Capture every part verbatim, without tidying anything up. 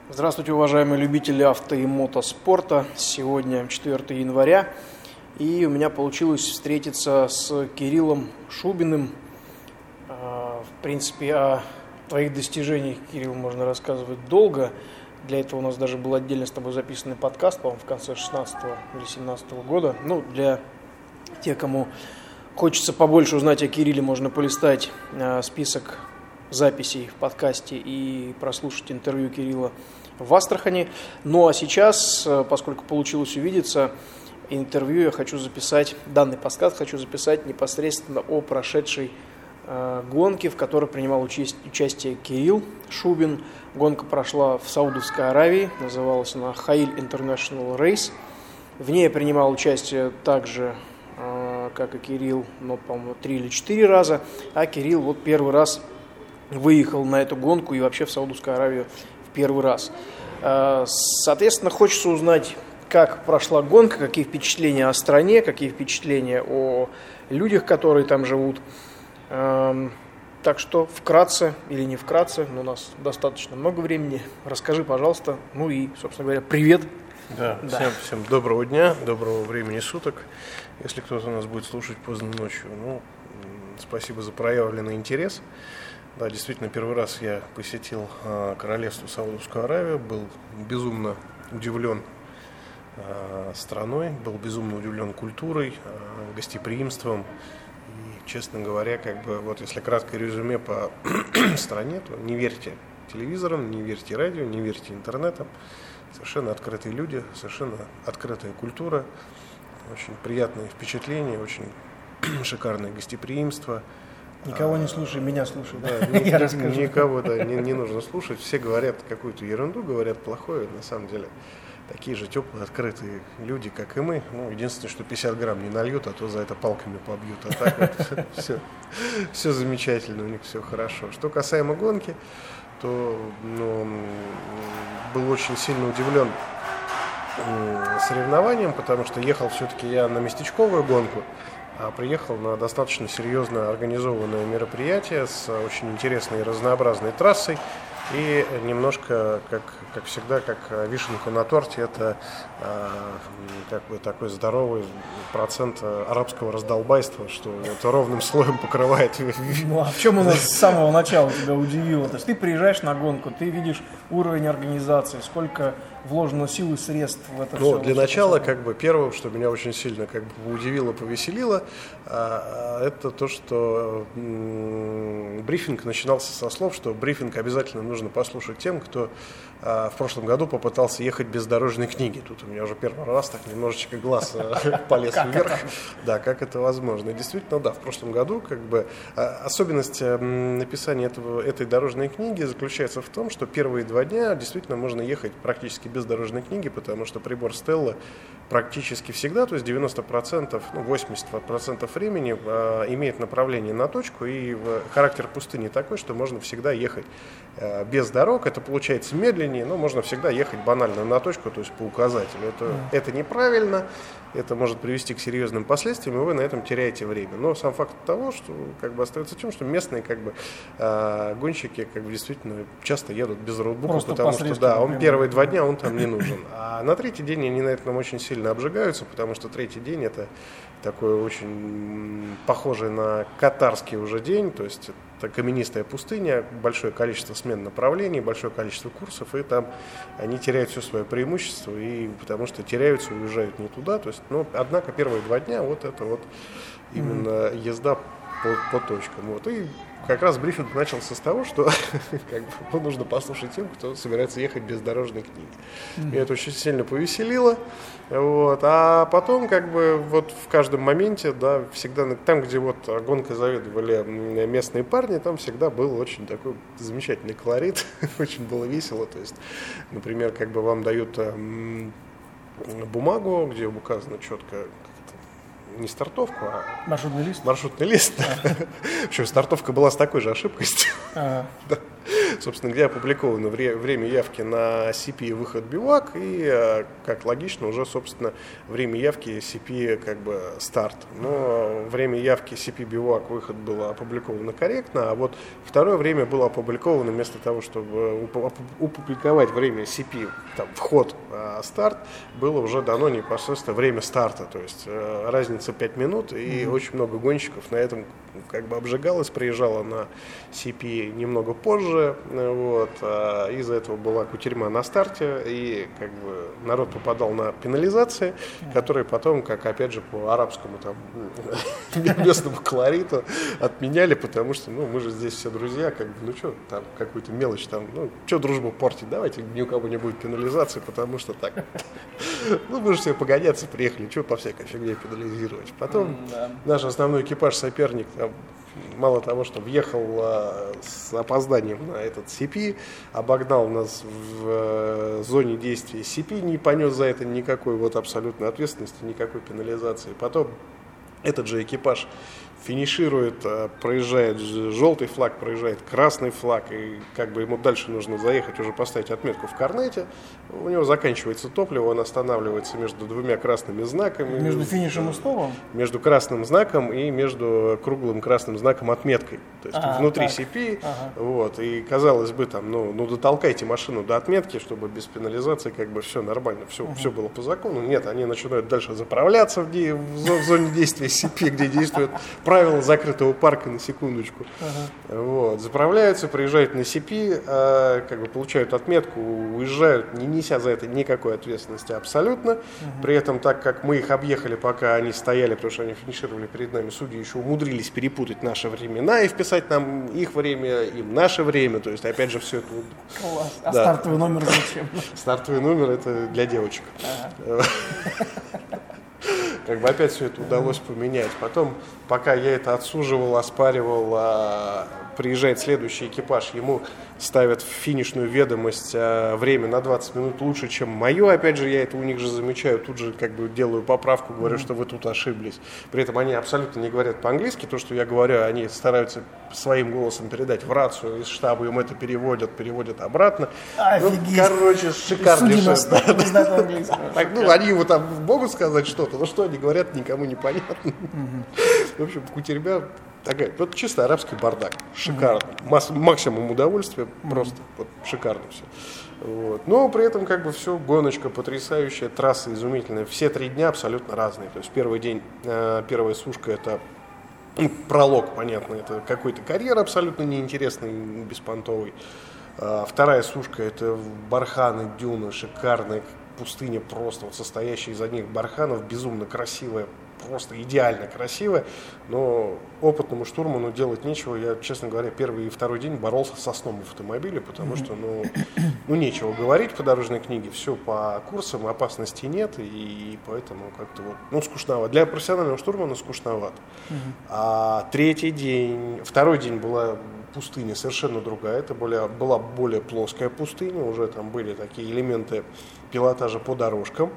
Здравствуйте, уважаемые любители авто и мотоспорта. Сегодня четвёртого января, и у меня получилось встретиться с Кириллом Шубиным. В принципе, о твоих достижениях, Кирилл, можно рассказывать долго. Для этого у нас даже был отдельно с тобой записанный подкаст, по-моему, в конце шестнадцатого или семнадцатого года. Ну, для тех, кому хочется побольше узнать о Кирилле, можно полистать список записей в подкасте и прослушать интервью Кирилла в Астрахани. Ну а сейчас, поскольку получилось увидеться, интервью я хочу записать, данный подкаст хочу записать непосредственно о прошедшей э, гонке, в которой принимал участь, участие Кирилл Шубин. Гонка прошла в Саудовской Аравии, называлась она Хаиль International Race. В ней я принимал участие также, э, как и Кирилл, но, по-моему, три или четыре раза, а Кирилл вот первый раз выехал на эту гонку и вообще в Саудовскую Аравию в первый раз. Соответственно, хочется узнать, как прошла гонка, какие впечатления о стране, какие впечатления о людях, которые там живут. Так что вкратце или не вкратце, но у нас достаточно много времени. Расскажи, пожалуйста, ну и, собственно говоря, привет. Да, да. Всем, всем доброго дня, доброго времени суток. Если кто-то нас будет слушать поздно ночью, ну, спасибо за проявленный интерес. Да, действительно, первый раз я посетил э, королевство Саудовскую Аравию, был безумно удивлен э, страной, был безумно удивлен культурой, э, гостеприимством. И, честно говоря, как бы, вот если краткое резюме по стране, то не верьте телевизорам, не верьте радио, не верьте интернетам. Совершенно открытые люди, совершенно открытая культура, очень приятные впечатления, очень шикарное гостеприимство. Никого не слушай, меня слушай. Да, ни, я расскажу. Никого да, не, не нужно слушать. Все говорят какую-то ерунду, говорят плохое. На самом деле такие же теплые, открытые люди, как и мы. Ну, единственное, что пятьдесят грамм не нальют, а то за это палками побьют. А так вот все, все замечательно, у них все хорошо. Что касаемо гонки, то ну, был очень сильно удивлен соревнованием, потому что ехал все-таки я на местечковую гонку, а приехал на достаточно серьезно организованное мероприятие с очень интересной и разнообразной трассой. И немножко, как, как всегда, как вишенка на торте, это э, как бы такой здоровый процент арабского раздолбайства, что вот ровным слоем покрывает. Ну а в чем у нас с самого начала тебя удивило? То есть ты приезжаешь на гонку, ты видишь уровень организации, сколько вложено сил и средств в это ну, все. Для начала, как бы, первое, что меня очень сильно как бы удивило, повеселило, а, это то, что м- брифинг начинался со слов, что брифинг обязательно нужно послушать тем, кто а, в прошлом году попытался ехать без дорожной книги. Тут у меня уже первый раз так немножечко глаз полез вверх. Да, как это возможно. И действительно, да, в прошлом году как бы особенность написания этого, этой дорожной книги заключается в том, что первые два дня действительно можно ехать практически без дорожной книги, потому что прибор Stella практически всегда, то есть девяносто процентов, ну, восемьдесят процентов времени э, имеет направление на точку, и в, характер пустыни такой, что можно всегда ехать э, без дорог. Это получается медленнее, но можно всегда ехать банально на точку, то есть по указателю. Это, mm. это неправильно, это может привести к серьезным последствиям, и вы на этом теряете время. Но сам факт того, что как бы остается тем, что местные как бы, э, гонщики как бы, действительно часто едут без роутбука, просто потому что да, он первые два дня он там не нужен. А на третий день они на этом очень сильно обжигаются, потому что третий день это такой очень похожий на катарский уже день, то есть это каменистая пустыня, большое количество смен направлений, большое количество курсов, и там они теряют все свое преимущество, и потому что теряются, уезжают не туда, то есть, но, однако первые два дня вот это вот именно езда по, по точкам. Вот. И как раз брифинг начался с того, что как бы, нужно послушать тем, кто собирается ехать без дорожной книги. Mm-hmm. Меня это очень сильно повеселило. Вот. А потом, как бы, вот в каждом моменте, да, всегда там, где вот гонкой заведовали местные парни, там всегда был очень такой замечательный колорит, очень было весело. То есть, например, как бы вам дают м- бумагу, где указано четко, не стартовку, а маршрутный лист. Маршрутный лист. В общем, стартовка была с такой же ошибкой. собственно, где опубликовано вре- время явки на си пи выход бивак и, как логично, уже, собственно, время явки си пи как бы старт. Но время явки си пи бивак выход было опубликовано корректно, а вот второе время было опубликовано вместо того, чтобы опубликовать время си пи там, вход старт, было уже дано непосредственно время старта, то есть разница пять минут, и mm-hmm. очень много гонщиков на этом как бы обжигалось, приезжало на си пи немного позже, вот, а из-за этого была кутерьма на старте, и как бы народ попадал на пенализации, mm-hmm. которые потом, как опять же по арабскому там местному колориту отменяли, потому что, ну, мы же здесь все друзья, как бы, ну что, там какую-то мелочь там, ну, что дружбу портить, давайте ни у кого не будет пенализации, потому что так, ну, мы же все погоняться приехали, что по всякой фигне пенализировать. Потом наш основной экипаж, соперник, там, мало того, что въехал а, с опозданием на этот си пи, обогнал нас в а, зоне действия си пи, не понес за это никакой вот абсолютной ответственности, никакой пенализации. Потом этот же экипаж финиширует, проезжает желтый флаг, проезжает красный флаг, и как бы ему дальше нужно заехать, уже поставить отметку в Корнете. У него заканчивается топливо, он останавливается между двумя красными знаками. Между финишем и стопом? Между красным знаком и между круглым красным знаком отметкой. То есть а, внутри так. си пи. Ага. Вот, и казалось бы, там, ну, ну дотолкайте машину до отметки, чтобы без пенализации как бы все нормально, все, ага. все было по закону. Нет, они начинают дальше заправляться в, в зоне действия си пи, где действует правила закрытого парка, на секундочку. Ага. Вот. Заправляются, приезжают на си пи, э, как бы получают отметку, уезжают, не неся за это никакой ответственности абсолютно. Ага. При этом, так как мы их объехали, пока они стояли, потому что они финишировали перед нами, судьи еще умудрились перепутать наши времена и вписать нам их время, им наше время. То есть, опять же, все это... Класс. А да. Стартовый номер зачем? Стартовый номер это для девочек. Ага. Как бы опять все это удалось поменять. Потом, пока я это отсуживал, оспаривал, а, приезжает следующий экипаж, ему ставят в финишную ведомость а, время на двадцать минут лучше, чем мое. Опять же, я это у них же замечаю, тут же как бы делаю поправку, говорю, mm-hmm. что вы тут ошиблись. При этом они абсолютно не говорят по-английски. То, что я говорю, они стараются своим голосом передать в рацию, из штаба им это переводят, переводят обратно. Ну, короче, шикарнейшее. Так, ну, они его там могут сказать что-то, но что они говорят, никому не понятно. Mm-hmm. В общем, кутерьма такая, вот чисто арабский бардак. Шикарно. Mm-hmm. Масс, максимум удовольствия, mm-hmm. просто вот, шикарно все. Вот. Но при этом как бы все, гоночка потрясающая, трасса изумительная. Все три дня абсолютно разные. То есть первый день, э, первая сушка это ну, пролог, понятно, это какой-то карьер абсолютно неинтересный, беспонтовый. А вторая сушка это барханы, дюны, шикарная пустыня просто, вот состоящая из одних барханов, безумно красивая, просто идеально красивая, но опытному штурману делать нечего. Я, честно говоря, первый и второй день боролся со сном в автомобиле, потому что, ну, ну нечего говорить по дорожной книге, все по курсам, опасности нет, и поэтому как-то вот, ну, скучновато. Для профессионального штурмана скучновато. А третий день, второй день была пустыня совершенно другая, это более, была более плоская пустыня, уже там были такие элементы пилотажа по дорожкам.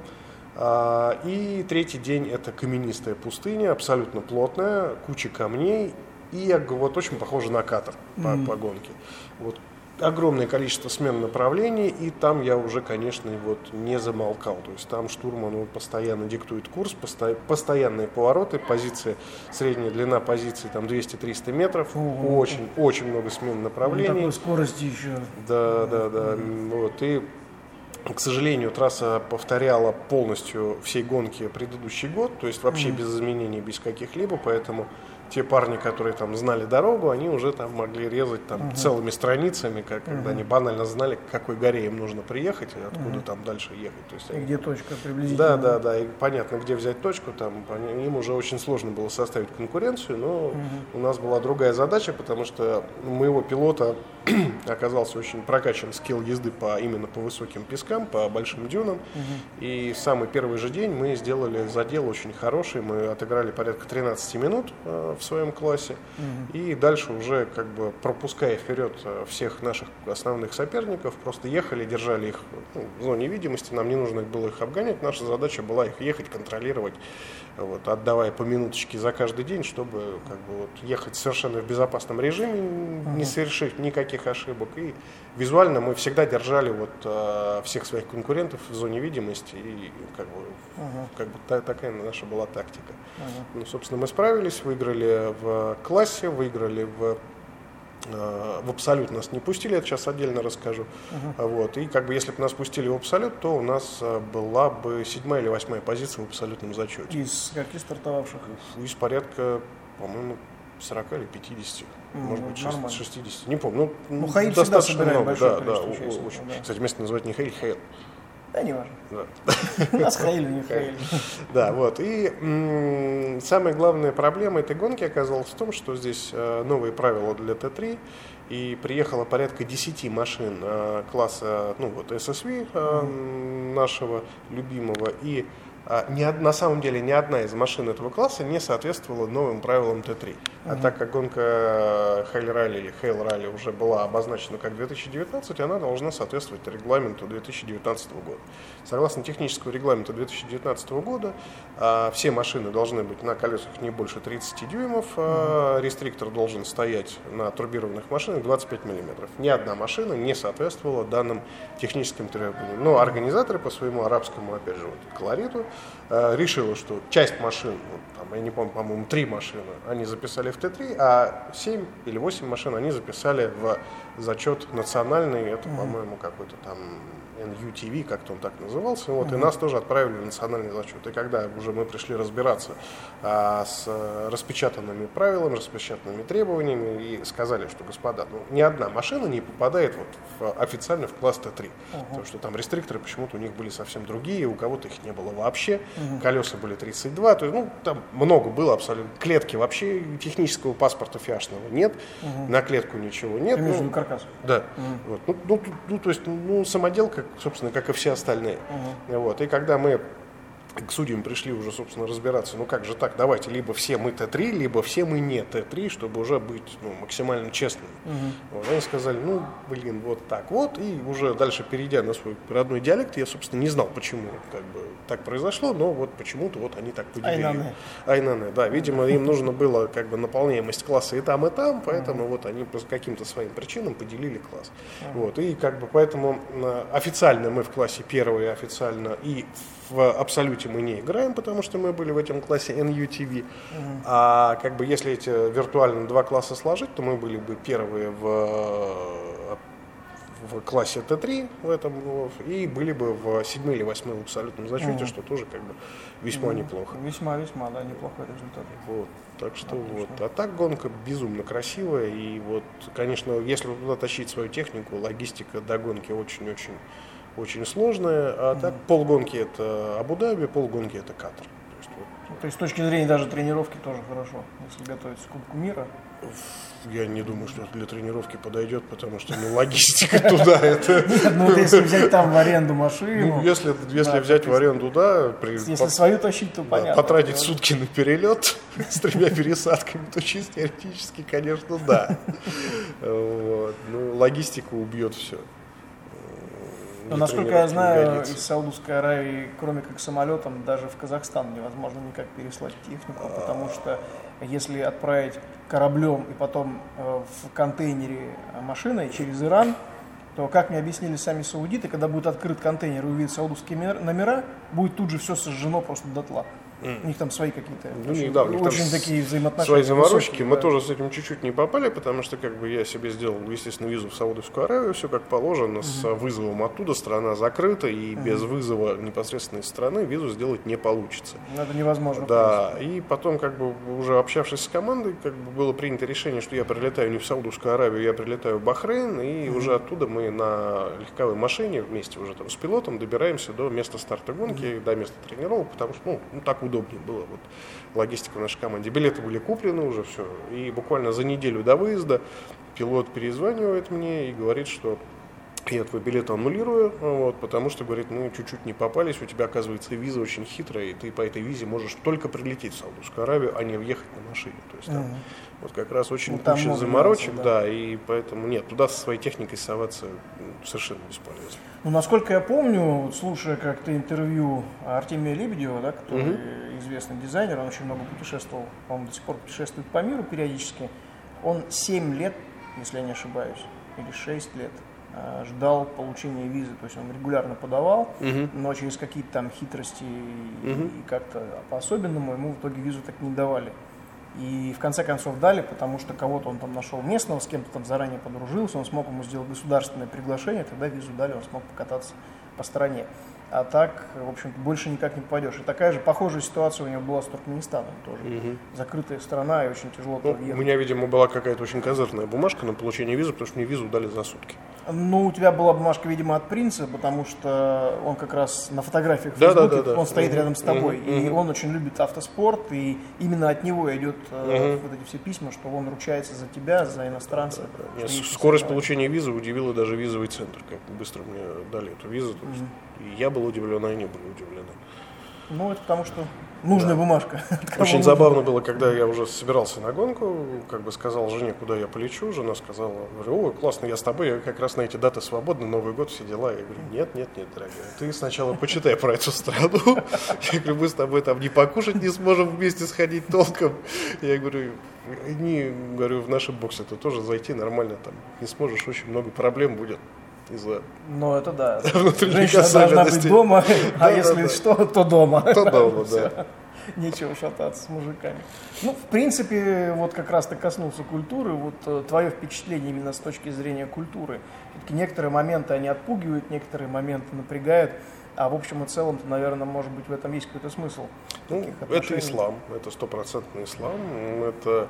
И третий день это каменистая пустыня, абсолютно плотная, куча камней и вот очень похоже на катер по, mm-hmm. по гонке. Вот огромное количество смен направлений, и там я уже, конечно, вот не замолкал. То есть там штурман он постоянно диктует курс, посто... постоянные повороты, позиции, средняя длина позиции там двести-триста метров, mm-hmm. очень, очень много смен направлений. Такой скорости еще. Да, да, да. Mm-hmm. Вот, и к сожалению, трасса повторяла полностью всей гонки предыдущий год, то есть вообще mm-hmm. без изменений, без каких-либо, поэтому те парни, которые там знали дорогу, они уже там могли резать там uh-huh. целыми страницами, как, uh-huh. когда они банально знали, к какой горе им нужно приехать и откуда uh-huh. там дальше ехать. То есть, и они... где точка приблизительно. Да, да, да, и понятно, где взять точку, там им уже очень сложно было составить конкуренцию, но uh-huh. у нас была другая задача, потому что у моего пилота оказался очень прокачан скилл езды по, именно по высоким пескам, по большим дюнам, uh-huh. и в самый первый же день мы сделали задел очень хороший, мы отыграли порядка тринадцать минут в своем классе, mm-hmm. и дальше уже как бы пропуская вперед всех наших основных соперников, просто ехали, держали их ну, в зоне видимости, нам не нужно было их обгонять, наша задача была их ехать, контролировать, вот, отдавая по минуточке за каждый день, чтобы как бы, вот, ехать совершенно в безопасном режиме, uh-huh. не совершить никаких ошибок. И визуально мы всегда держали вот, э, всех своих конкурентов в зоне видимости, и как бы, uh-huh. как бы та, такая наша была тактика. Uh-huh. Ну, собственно, мы справились, выиграли в классе, выиграли в В абсолют нас не пустили, это сейчас отдельно расскажу. Uh-huh. Вот. И как бы если бы нас пустили в абсолют, то у нас была бы седьмая или восьмая позиция в абсолютном зачете. Из каких стартовавших? Из порядка, по-моему, сорока или пятидесяти, mm, может быть, нормально. шестидесяти, не помню. Ну, ну Хаиль достаточно много, да, да, очень. Да. Кстати, место называют не Хаиль, Хейл. Да, не важно. Да. У нас Хаиль, не Хаиль. Да, вот. И м- самая главная проблема этой гонки оказалась в том, что здесь э, новые правила для Т три, и приехало порядка десяти машин э, класса, ну вот, эс эс ви э, mm. нашего любимого, и э, ни, на самом деле ни одна из машин этого класса не соответствовала новым правилам Т три. Mm-hmm. А так как гонка Хаиль Ралли или Хейл Ралли уже была обозначена как две тысячи девятнадцать, она должна соответствовать регламенту две тысячи девятнадцатого года. Согласно техническому регламенту две тысячи девятнадцатого года, э, все машины должны быть на колесах не больше тридцати дюймов, э, mm-hmm. рестриктор должен стоять на турбированных машинах двадцать пять миллиметров. Ни одна машина не соответствовала данным техническим требованиям. Но организаторы по своему арабскому, опять же, вот, колориту э, решили, что часть машин, вот, там, я не помню, по-моему, три машины они записали в Т три, а семь или восемь машин они записали в зачет национальный, это, mm-hmm. по-моему, какой-то там эн ю ти ви, как-то он так назывался, вот, uh-huh. и нас тоже отправили в национальный зачет. И когда уже мы пришли разбираться а, с распечатанными правилами, распечатанными требованиями, и сказали, что, господа, ну, ни одна машина не попадает вот в, официально в класс Т три, uh-huh. потому что там рестрикторы почему-то у них были совсем другие, у кого-то их не было вообще, uh-huh. колеса были тридцать два, то есть, ну, там много было абсолютно, клетки вообще, технического паспорта фиашного нет, uh-huh. на клетку ничего нет. Между ну, каркас. Да, uh-huh. вот, ну, ну, ну, то есть, ну, самоделка, собственно, как и все остальные. Uh-huh. Вот. И когда мы к судьям пришли уже, собственно, разбираться, ну как же так, давайте, либо все мы Т три, либо все мы не Т три, чтобы уже быть ну, максимально честными. Uh-huh. Вот. Они сказали, ну, блин, вот так вот, и уже дальше, перейдя на свой родной диалект, я, собственно, не знал, почему как бы, так произошло, но вот почему-то вот они так поделили. Айнане. Айнане, да, видимо, им нужно было как бы наполняемость класса и там, и там, поэтому uh-huh. вот они по каким-то своим причинам поделили класс. Uh-huh. Вот. И как бы поэтому официально мы в классе первые, официально и в абсолюте мы не играем, потому что мы были в этом классе эн ю ти ви. Uh-huh. А как бы если эти виртуально два класса сложить, то мы были бы первые в, в классе Т три в этом, и были бы в седьмом или восьмом абсолютном зачете, uh-huh. что тоже как бы весьма uh-huh. неплохо. Весьма-весьма, да, неплохой результат. Вот, так что Отлично. Вот. А так гонка безумно красивая, и вот, конечно, если туда тащить свою технику, логистика до гонки очень-очень очень сложная, а mm-hmm. так полгонки это Абу-Даби, полгонки это Катар. То есть, вот. То есть с точки зрения даже тренировки тоже хорошо, если готовиться к Кубку мира? Я не думаю, что это для тренировки подойдет, потому что ну, логистика туда это... Нет, ну если взять там в аренду машину... Ну, если взять в аренду, да... Если свою тащить, то понятно. Потратить сутки на перелет с тремя пересадками, то чисто теоретически, конечно, да. Ну, логистика убьет все. Но, насколько я знаю, из Саудовской Аравии, кроме как самолетом, даже в Казахстан невозможно никак переслать технику, потому что если отправить кораблем и потом в контейнере машиной через Иран, то, как мне объяснили сами саудиты, когда будет открыт контейнер и увидят саудовские номера, будет тут же все сожжено просто дотла. Mm. У них там свои какие-то ну, очень, да, очень такие взаимоотношения. Свои заморочки. Высокие, мы да. тоже с этим чуть-чуть не попали, потому что как бы я себе сделал, естественно, визу в Саудовскую Аравию, все как положено, mm-hmm. с вызовом оттуда, страна закрыта, и mm-hmm. без вызова непосредственно из страны визу сделать не получится. Это невозможно. Да, конечно. И потом, как бы уже общавшись с командой, как бы было принято решение, что я прилетаю не в Саудовскую Аравию, я прилетаю в Бахрейн, и mm-hmm. уже оттуда мы на легковой машине вместе уже там с пилотом добираемся до места старта гонки, mm-hmm. до места тренировок, потому что ну, ну так удобнее было. Вот. Логистика в нашей команде. Билеты были куплены уже, все. И буквально за неделю до выезда пилот перезванивает мне и говорит, что я твой билет аннулирую, вот, потому что, говорит, мы чуть-чуть не попались, у тебя, оказывается, виза очень хитрая, и ты по этой визе можешь только прилететь в Саудовскую Аравию, а не въехать на машине. То есть там, mm-hmm. вот как раз очень ну, куча заморочек, нюансов, да. да, и поэтому нет, туда со своей техникой соваться совершенно бесполезно. Ну, насколько я помню, слушая как-то интервью Артемия Лебедева, да, который mm-hmm. известный дизайнер, он очень много путешествовал, по-моему, до сих пор путешествует по миру периодически, он семь лет, если я не ошибаюсь, или шесть лет, ждал получения визы, то есть он регулярно подавал, uh-huh. но через какие-то там хитрости uh-huh. и как-то по-особенному ему в итоге визу так не давали. И в конце концов дали, потому что кого-то он там нашел местного, с кем-то там заранее подружился, он смог ему сделать государственное приглашение, тогда визу дали, он смог покататься по стране. А так, в общем-то, больше никак не попадешь. И такая же похожая ситуация у него была с Туркменистаном тоже. Угу. Закрытая страна, и очень тяжело ну, подъехать. У меня, видимо, была какая-то очень козырная бумажка на получение визы, потому что мне визу дали за сутки. Ну, у тебя была бумажка, видимо, от принца, потому что он как раз на фотографиях в да, Фейсбуке, да, да, да. он стоит угу. рядом с тобой. Угу. И он очень любит автоспорт, и именно от него идет угу. вот эти все письма, что он ручается за тебя, за иностранца. Да, да, да. Скорость получения визы удивила даже визовый центр, как быстро мне дали эту визу. То есть, угу. И я был удивлен, а они были удивлены. Ну, это потому что нужная да. бумажка. Очень забавно было, когда я уже собирался на гонку, как бы сказал жене, куда я полечу. Жена сказала, говорю, ой, классно, я с тобой, я как раз на эти даты свободны, Новый год, все дела. Я говорю, нет, нет, нет, дорогая, ты сначала почитай про эту страну. Я говорю, мы с тобой там не покушать не сможем вместе сходить толком. Я говорю, не, говорю, в нашем боксе ты тоже зайти нормально там не сможешь, очень много проблем будет. Из-за ну, это да. Женщина должна быть дома, а да, если да, да. что, то дома. То дома, да. Нечего шататься с мужиками. Ну, в принципе, вот как раз ты коснулся культуры, вот твое впечатление именно с точки зрения культуры. Все-таки некоторые моменты они отпугивают, некоторые моменты напрягают, а в общем и целом, наверное, может быть, в этом есть какой-то смысл. Ну, это ислам, это стопроцентный ислам, это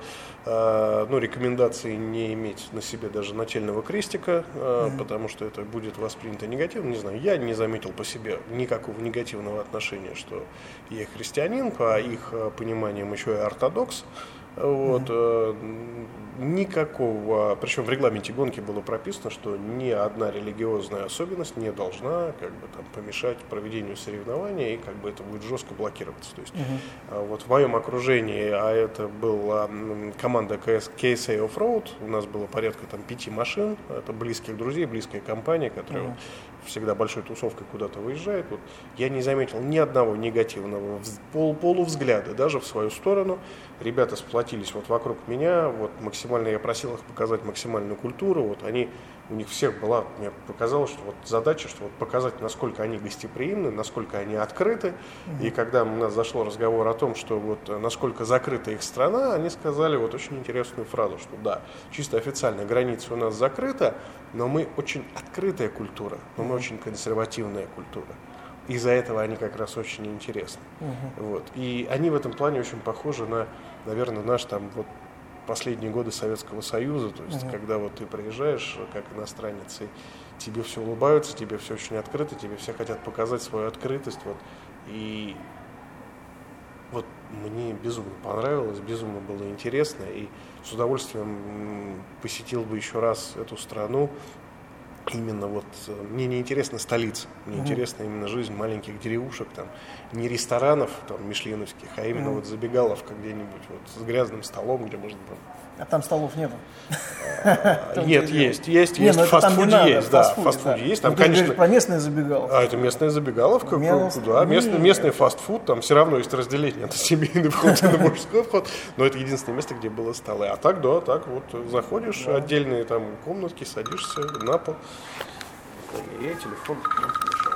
э, ну, рекомендации не иметь на себе даже нательного крестика, э, mm-hmm. потому что это будет воспринято негативно. Не знаю, я не заметил по себе никакого негативного отношения, что я христианин, по их пониманиям еще и ортодокс. Вот, mm-hmm. э, никакого, причем в регламенте гонки было прописано, что ни одна религиозная особенность не должна как бы, там, помешать проведению соревнования, и как бы это будет жестко блокироваться. То есть, mm-hmm. э, вот в моем окружении, а это была команда кей эс эй Offroad, у нас было порядка там, пяти машин, это близких друзей, близкая компания, которая mm-hmm. всегда большой тусовкой куда-то выезжает. Вот, я не заметил ни одного негативного пол, полувзгляда даже в свою сторону. Ребята сплотились вот вокруг меня, вот максимально я просил их показать максимальную культуру, вот они, у них всех была, мне показалось, что вот задача, что вот показать, насколько они гостеприимны, насколько они открыты, mm-hmm. и когда у нас зашел разговор о том, что вот насколько закрыта их страна, они сказали вот очень интересную фразу, что да, чисто официально граница у нас закрыта, но мы очень открытая культура, но мы очень консервативная культура. Из-за этого они как раз очень интересны. Uh-huh. Вот. И они в этом плане очень похожи на, наверное, наш там вот последние годы Советского Союза. То есть, uh-huh. когда вот ты приезжаешь как иностранец, и тебе все улыбаются, тебе все очень открыто, тебе все хотят показать свою открытость. Вот. И вот мне безумно понравилось, безумно было интересно. И с удовольствием посетил бы еще раз эту страну. Именно вот, мне не интересна столица, мне mm-hmm. интересна именно жизнь маленьких деревушек, там, не ресторанов там, мишленовских, а именно mm-hmm. вот забегаловка где-нибудь вот, с грязным столом, где можно там... А там столов нету? Нет, есть, есть, есть, фастфуд есть, да, фастфуд есть. Там, конечно, про местную забегаловку. А это местная забегаловка, да, местный фастфуд, там все равно есть разделение, это семейный вход и мужской вход, но это единственное место, где было столы. А так, да, так вот заходишь, отдельные там комнатки, садишься на пол. Я телефон мешал.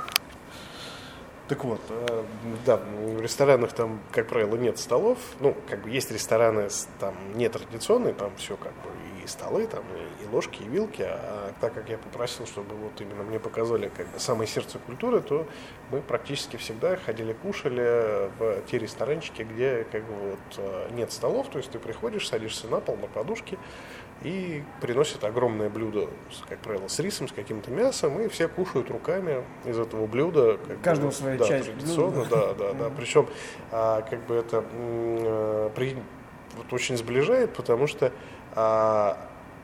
Так вот, да, в ресторанах там, как правило, нет столов. Ну, как бы есть рестораны там не традиционные, там все как бы и столы, там и, и ложки, и вилки. А так как я попросил, чтобы вот именно мне показали как бы самое сердце культуры, то мы практически всегда ходили, кушали в те ресторанчики, где как бы вот нет столов. То есть ты приходишь, садишься на пол, на подушке, и приносят огромное блюдо, как правило, с рисом, с каким-то мясом, и все кушают руками из этого блюда. Как Каждого бы, своя да, часть традиционно, блюда. да, да, да. Причем, а, как бы это а, при, вот очень сближает, потому что а,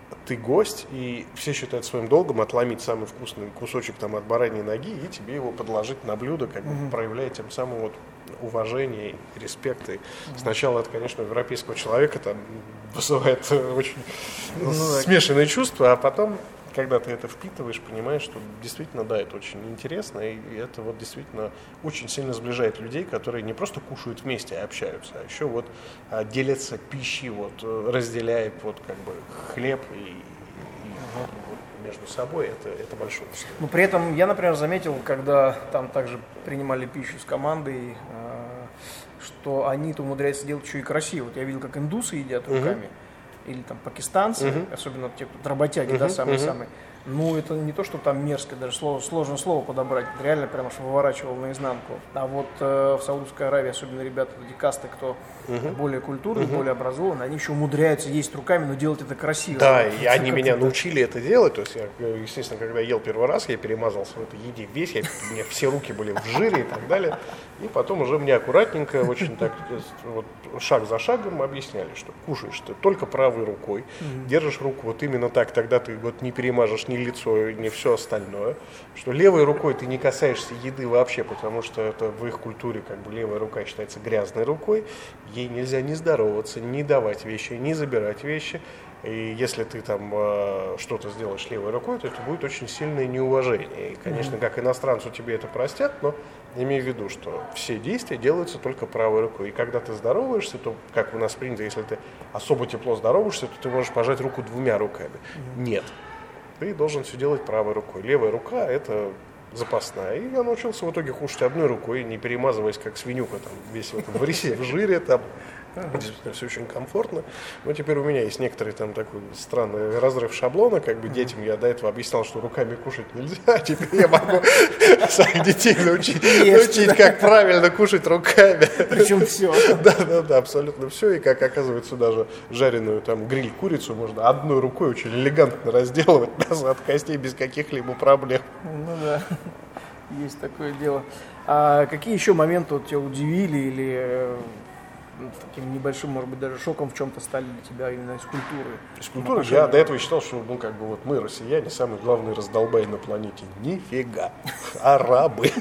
ты гость, и все считают своим долгом отломить самый вкусный кусочек там от бараньей ноги и тебе его подложить на блюдо, как бы mm-hmm. проявляя тем самым вот уважение, респект. И mm-hmm. сначала это, конечно, у европейского человека там вызывает очень ну, смешанные чувства, а потом, когда ты это впитываешь, понимаешь, что действительно, да, это очень интересно, и это вот действительно очень сильно сближает людей, которые не просто кушают вместе, а общаются, а еще вот а, делятся пищей, вот, разделяют вот как бы хлеб и, и, и вот, между собой, это, это большое условие. Но при этом я, например, заметил, когда там также принимали пищу с командой, э, что они-то умудряются делать еще и красиво. Вот я видел, как индусы едят руками. Uh-huh. Или там пакистанцы, uh-huh. особенно те, кто работяги, uh-huh. да, самые-самые. Uh-huh. Ну, это не то, что там мерзко, даже слово, сложно слово подобрать. Это реально прям аж выворачивал наизнанку. А вот э, в Саудовской Аравии, особенно ребята, эти касты, кто uh-huh. более культурный, uh-huh. более образованный, они еще умудряются есть руками, но делать это красиво. Да, и они меня это... научили это делать. То есть, я, естественно, когда ел первый раз, я перемазался в этой еде весь, я, у меня все руки были в жире и так далее. И потом уже мне аккуратненько, очень так, вот, шаг за шагом объясняли, что кушаешь ты только правой рукой, mm-hmm. держишь руку вот именно так, тогда ты вот не перемажешь ни лицо, ни все остальное, что левой рукой ты не касаешься еды вообще, потому что это в их культуре как бы левая рука считается грязной рукой, ей нельзя ни здороваться, ни давать вещи, ни забирать вещи. И если ты там э, что-то сделаешь левой рукой, то это будет очень сильное неуважение. И, конечно, mm-hmm. как иностранцу тебе это простят, но имей в виду, что все действия делаются только правой рукой. И когда ты здороваешься, то, как у нас принято, если ты особо тепло здороваешься, то ты можешь пожать руку двумя руками. Mm-hmm. Нет. Ты должен все делать правой рукой. Левая рука – это запасная. И я научился в итоге кушать одной рукой, не перемазываясь, как свинюка, там, весь в этом в рисе, в жире, там. Действительно, все очень комфортно. Но теперь у меня есть некоторый там такой странный разрыв шаблона. Как бы детям я до этого объяснял, что руками кушать нельзя. А теперь я могу своих детей научить, научить как правильно кушать руками. Причем все. Да, да, да, абсолютно все. И как оказывается, даже жареную там гриль-курицу можно одной рукой очень элегантно разделывать мясо от костей без каких-либо проблем. Ну да, есть такое дело. А какие еще моменты вот тебя удивили или таким небольшим, может быть, даже шоком в чем-то стали для тебя именно из культуры? Из культуры я до этого считал, что, ну, как бы, вот мы, россияне, самые главные раздолбаи на планете. Нифига. Арабы.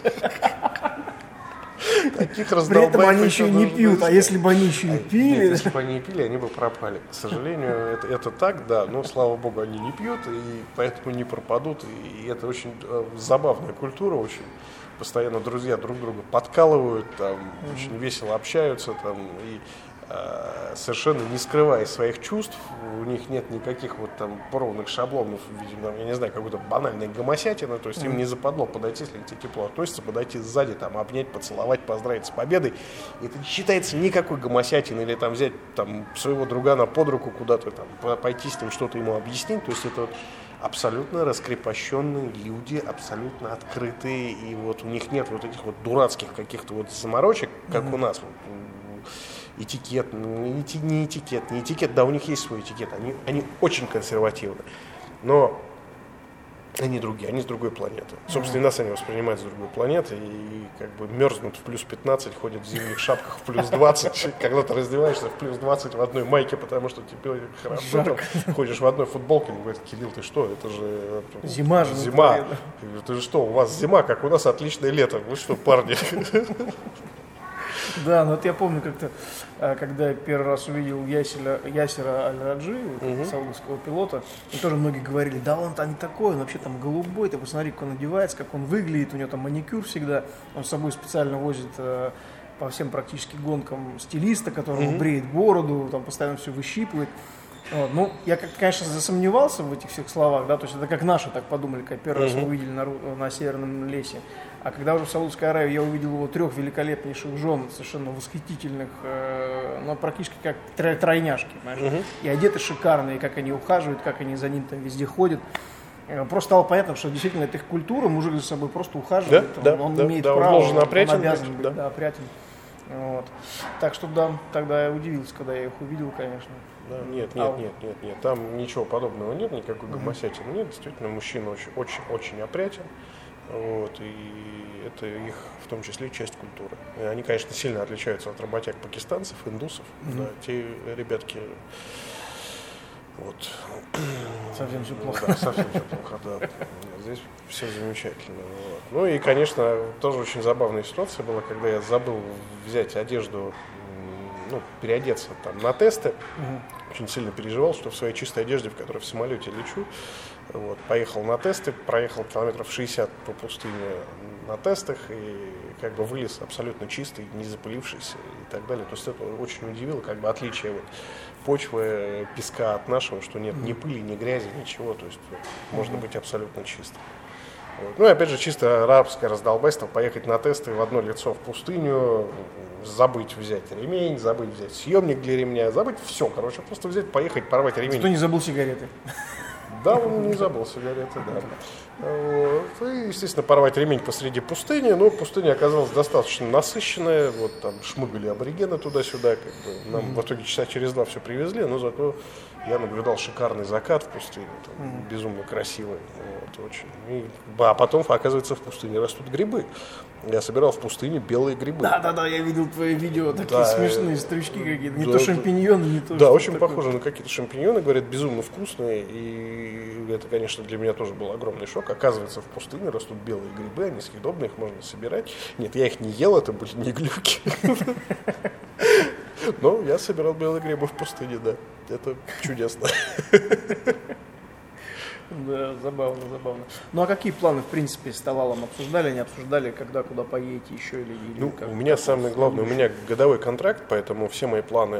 Таких раздолбаев. При этом они еще и не пьют, а если бы они еще и пили... Если бы они не пили, они бы пропали. К сожалению, это, это так, да, но, слава богу, они не пьют, и поэтому не пропадут. И это очень забавная культура, очень. Постоянно друзья друг друга подкалывают, там, mm-hmm. очень весело общаются, там, и э, совершенно не скрывая своих чувств, у них нет никаких вот там порванных шаблонов, видимо, я не знаю, какой-то банальной гомосятины, то есть mm-hmm. им не западло подойти, если к тебе тепло относится, подойти сзади, там, обнять, поцеловать, поздравить с победой. И это не считается никакой гомосятиной, или там взять там, своего другана под руку куда-то, там, пойти с ним что-то ему объяснить, то есть это вот абсолютно раскрепощенные люди, абсолютно открытые, и вот у них нет вот этих вот дурацких каких-то вот заморочек, как mm-hmm. у нас. Вот, этикет, не этикет, не этикет, да, у них есть свой этикет, они, они очень консервативны, но они другие, они с другой планеты. Собственно, mm-hmm. нас они воспринимают с другой планеты, и как бы мерзнут в плюс пятнадцать, ходят в зимних шапках в плюс двадцать, когда ты раздеваешься в плюс двадцать в одной майке, потому что тебе хорошо, там, ходишь в одной футболке, они говорят: Кирилл, ты что, это же зима же. Зима. Ты же что, у вас зима, как у нас отличное лето, вы что, парни? Да, ну вот я помню как-то, когда я первый раз увидел Ясера, Ясера Аль-Раджи, uh-huh. саудовского пилота, и тоже многие говорили: да он-то не такой, он вообще там голубой, ты посмотри, как он одевается, как он выглядит, у него там маникюр всегда, он с собой специально возит по всем практически гонкам стилиста, который uh-huh. бреет бороду, там постоянно все выщипывает. Вот. Ну, я, конечно, засомневался в этих всех словах, да, то есть это как наши так подумали, когда первый uh-huh. раз увидели на, на Северном лесе. А когда уже в Саудовской Аравии я увидел его трех великолепнейших жен, совершенно восхитительных, э, ну, практически как тройняшки, понимаешь? Uh-huh. И одеты шикарно, и как они ухаживают, как они за ним там везде ходят. Просто стало понятно, что действительно это их культура, мужик за собой просто ухаживает, да, он, да, он да, имеет да, право, он, опрятен, он обязан быть, да. Да, опрятен. Вот. Так что да, тогда я удивился, когда я их увидел, конечно. Да, нет, нет, а, нет, нет, нет, там ничего подобного нет, никакой гомосятины uh-huh. нет, действительно мужчина очень, очень, очень опрятен, вот, и это их в том числе часть культуры. И они, конечно, сильно отличаются от работяг пакистанцев, индусов, uh-huh. да, те ребятки Вот. Совсем все плохо. Да, совсем все плохо, да. Здесь все замечательно. Вот. Ну и, конечно, тоже очень забавная ситуация была, когда я забыл взять одежду, ну, переодеться там на тесты. Угу. Очень сильно переживал, что в своей чистой одежде, в которой в самолете лечу, вот, поехал на тесты, проехал километров шестьдесят по пустыне на тестах и как бы вылез абсолютно чистый, не запылившийся и так далее. То есть это очень удивило, как бы отличие вот почвы, песка от нашего, что нет ни пыли, ни грязи, ничего, то есть вот, можно быть абсолютно чистым. Вот. Ну и опять же чисто арабское раздолбайство, поехать на тесты в одно лицо в пустыню, забыть взять ремень, забыть взять съемник для ремня, забыть все, короче, просто взять, поехать, порвать ремень. Кто не забыл сигареты? Да, он не забыл сигареты, да. Вот. И, естественно, порвать ремень посреди пустыни, но пустыня оказалась достаточно насыщенная, вот там шмыгали аборигены туда-сюда, как бы. Нам mm-hmm. в итоге часа через два все привезли, но зато я наблюдал шикарный закат в пустыне, там, mm-hmm. безумно красивый, вот, очень. И, а потом, оказывается, в пустыне растут грибы. Я собирал в пустыне белые грибы. Да-да-да, я видел твои видео, такие да, смешные стручки какие-то, не да, то шампиньоны, не то да, очень такое. похоже на какие-то шампиньоны, говорят, безумно вкусные, и это, конечно, для меня тоже был огромный шок. Оказывается, в пустыне растут белые грибы, они съедобные, их можно собирать. Нет, я их не ел, это были не глюки. Но я собирал белые грибы в пустыне, да, это чудесно. Да, забавно, забавно. Ну а какие планы, в принципе, с Талалом обсуждали, не обсуждали, когда, куда поедете еще или... или ну, как, у меня как самое главное, у меня годовой контракт, поэтому все мои планы,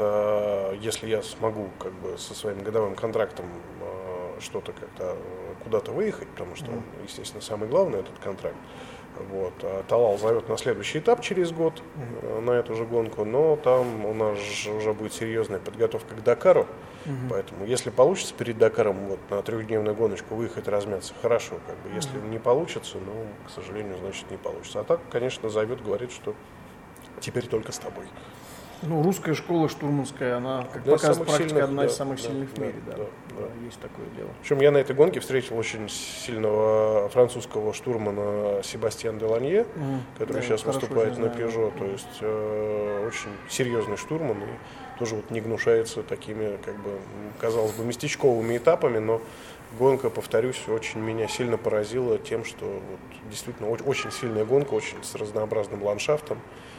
это если я смогу как бы со своим годовым контрактом э, что-то как-то куда-то выехать, потому что, mm. естественно, самое главное этот контракт. Вот. А Талал зовет на следующий этап через год mm-hmm. на эту же гонку, но там у нас уже будет серьезная подготовка к Дакару, mm-hmm. поэтому если получится перед Дакаром вот, на трехдневную гоночку выехать, размяться, хорошо, как бы. Если mm-hmm. не получится, ну, к сожалению, значит не получится. А так, конечно, зовет, говорит, что теперь только с тобой. Ну, русская школа штурманская, она, как одна показывает практика, сильных, одна да, из самых да, сильных да, в мире, да, да, да, да. есть такое дело. Причем я на этой гонке встретил очень сильного французского штурмана Себастьян Деланье, mm, который да, сейчас выступает на Peugeot, то есть э, очень серьезный штурман и тоже вот не гнушается такими, как бы, казалось бы, местечковыми этапами, но гонка, повторюсь, очень меня сильно поразила тем, что вот, действительно очень, очень сильная гонка, очень с разнообразным ландшафтом.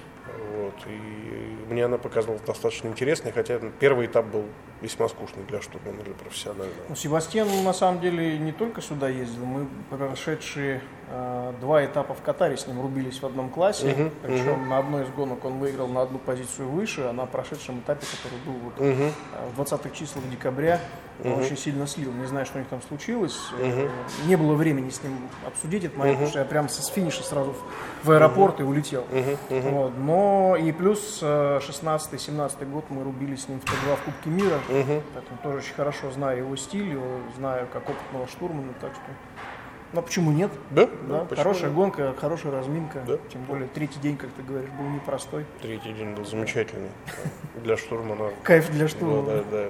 Вот, и мне она показалась достаточно интересной, хотя первый этап был весьма скучный для штурмана, для профессионального. Ну, Себастьян, на самом деле, не только сюда ездил, мы прошедшие э, два этапа в Катаре с ним рубились в одном классе, uh-huh, причем uh-huh. на одной из гонок он выиграл на одну позицию выше, а на прошедшем этапе, который был вот, uh-huh. в двадцатых числах декабря, он uh-huh. очень сильно слил. Не знаю, что у них там случилось. Uh-huh. Не было времени с ним обсудить этот момент, uh-huh. потому что я прям с финиша сразу в аэропорт uh-huh. и улетел. Uh-huh. Uh-huh. Вот. Но и плюс шестнадцатый-семнадцатый год мы рубились с ним в Т два в Кубке мира. Uh-huh. Поэтому тоже очень хорошо знаю его стиль, его знаю как опытного штурмана. Так что... Ну почему нет? Да, да, да, хорошая нет? гонка, хорошая разминка. Да. Тем более третий день, как ты говоришь, был непростой. Третий день был замечательный. Для штурмана. Кайф для штурмана. Да, да, да.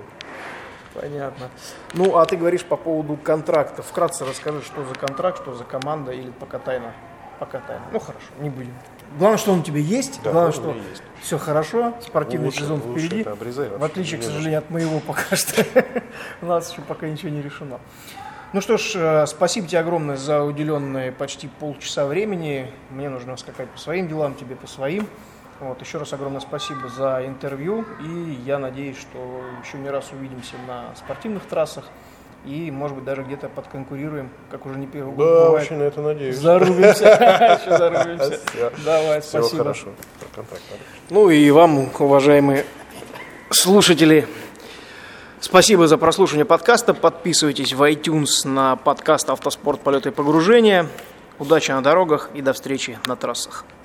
Понятно. Ну, а ты говоришь по поводу контракта. Вкратце расскажи, что за контракт, что за команда, или пока тайна? Пока тайна. Ну, хорошо, не будем. Главное, что он у тебя есть. Да, главное, что есть. Все хорошо, спортивный лучше, сезон лучше впереди. Обрезай, в отличие, к сожалению, от моего пока что. У нас еще пока ничего не решено. Ну что ж, спасибо тебе огромное за уделенные почти полчаса времени. Мне нужно скакать по своим делам, тебе по своим. Вот, еще раз огромное спасибо за интервью, и я надеюсь, что еще не раз увидимся на спортивных трассах, и, может быть, даже где-то подконкурируем, как уже не первый год да, бывает. очень на это надеюсь. Зарубимся, еще зарубимся. Давай, спасибо. Всего хорошо. Ну и вам, уважаемые слушатели, спасибо за прослушивание подкаста. Подписывайтесь в iTunes на подкаст «Автоспорт. Полеты и погружения». Удачи на дорогах и до встречи на трассах.